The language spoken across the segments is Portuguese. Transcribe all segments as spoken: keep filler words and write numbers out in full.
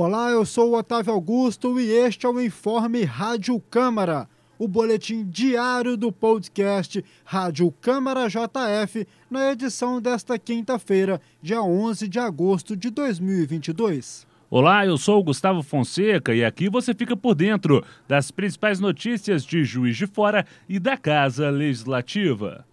Olá, eu sou o Otávio Augusto e este é o Informe Rádio Câmara, o boletim diário do podcast Rádio Câmara J F, na edição desta quinta-feira, dia onze de agosto de dois mil e vinte e dois. Olá, eu sou o Gustavo Fonseca e aqui você fica por dentro das principais notícias de Juiz de Fora e da Casa Legislativa.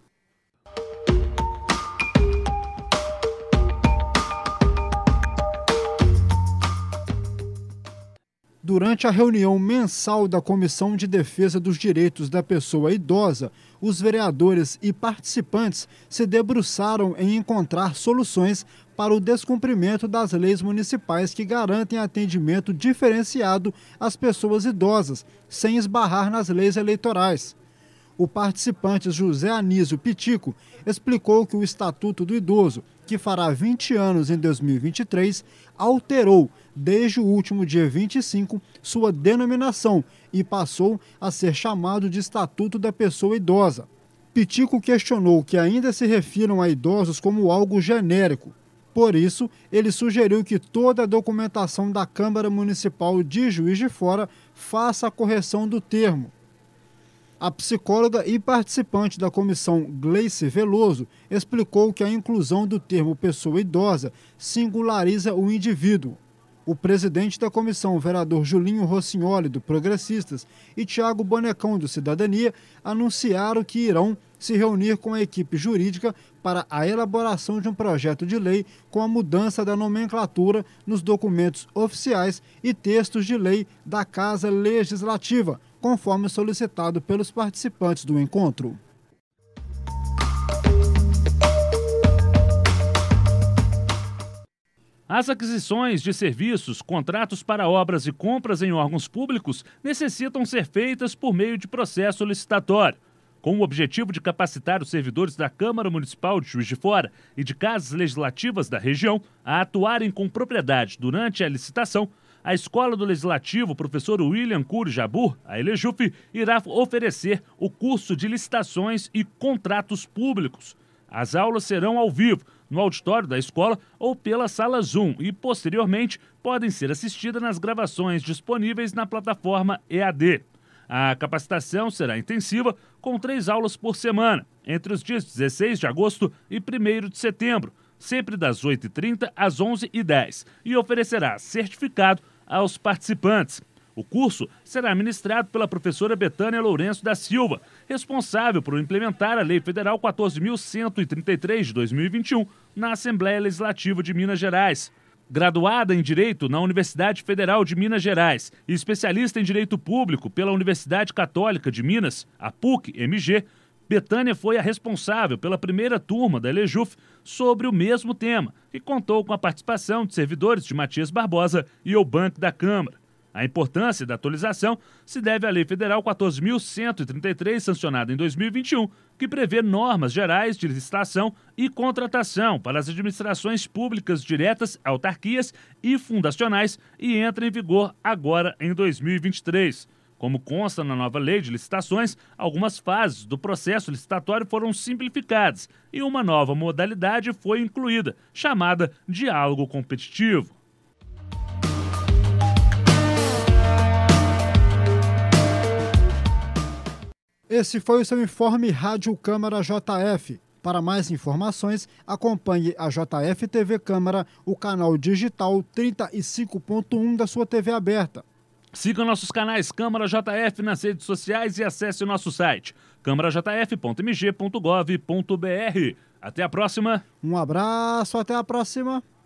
Durante a reunião mensal da Comissão de Defesa dos Direitos da Pessoa Idosa, os vereadores e participantes se debruçaram em encontrar soluções para o descumprimento das leis municipais que garantem atendimento diferenciado às pessoas idosas, sem esbarrar nas leis eleitorais. O participante José Anísio Pitico explicou que o Estatuto do Idoso, que fará vinte anos em dois mil e vinte e três, alterou, desde o último dia vinte e cinco, sua denominação e passou a ser chamado de Estatuto da Pessoa Idosa. Pitico questionou que ainda se refiram a idosos como algo genérico. Por isso, ele sugeriu que toda a documentação da Câmara Municipal de Juiz de Fora faça a correção do termo. A psicóloga e participante da comissão Gleice Veloso explicou que a inclusão do termo pessoa idosa singulariza o indivíduo. O presidente da comissão, vereador Julinho Rossignoli, do Progressistas, e Tiago Bonecão, do Cidadania, anunciaram que irão se reunir com a equipe jurídica para a elaboração de um projeto de lei com a mudança da nomenclatura nos documentos oficiais e textos de lei da Casa Legislativa, conforme solicitado pelos participantes do encontro. As aquisições de serviços, contratos para obras e compras em órgãos públicos necessitam ser feitas por meio de processo licitatório. Com o objetivo de capacitar os servidores da Câmara Municipal de Juiz de Fora e de casas legislativas da região a atuarem com propriedade durante a licitação, a Escola do Legislativo Professor William Cury Jabur, a Elejuf, irá oferecer o curso de licitações e contratos públicos. As aulas serão ao vivo, no auditório da escola ou pela sala Zoom e, posteriormente, podem ser assistidas nas gravações disponíveis na plataforma E A D. A capacitação será intensiva, com três aulas por semana, entre os dias dezesseis de agosto e primeiro de setembro, sempre das oito e trinta às onze e dez, e oferecerá certificado aos participantes. O curso será ministrado pela professora Betânia Lourenço da Silva, responsável por implementar a Lei Federal quatorze mil cento e trinta e três de dois mil e vinte e um na Assembleia Legislativa de Minas Gerais. Graduada em Direito na Universidade Federal de Minas Gerais e especialista em Direito Público pela Universidade Católica de Minas, a P U C M G, Betânia foi a responsável pela primeira turma da Elejuf sobre o mesmo tema, que contou com a participação de servidores de Matias Barbosa e o Banco da Câmara. A importância da atualização se deve à Lei Federal quatorze mil cento e trinta e três, sancionada em dois mil e vinte e um, que prevê normas gerais de licitação e contratação para as administrações públicas diretas, autarquias e fundacionais e entra em vigor agora em dois mil e vinte e três. Como consta na nova lei de licitações, algumas fases do processo licitatório foram simplificadas e uma nova modalidade foi incluída, chamada diálogo competitivo. Esse foi o seu Informe Rádio Câmara J F. Para mais informações, acompanhe a J F T V Câmara, o canal digital trinta e cinco ponto um da sua T V aberta. Siga nossos canais Câmara J F nas redes sociais e acesse o nosso site câmara j f ponto m g ponto gov ponto b r. Até a próxima! Um abraço, até a próxima!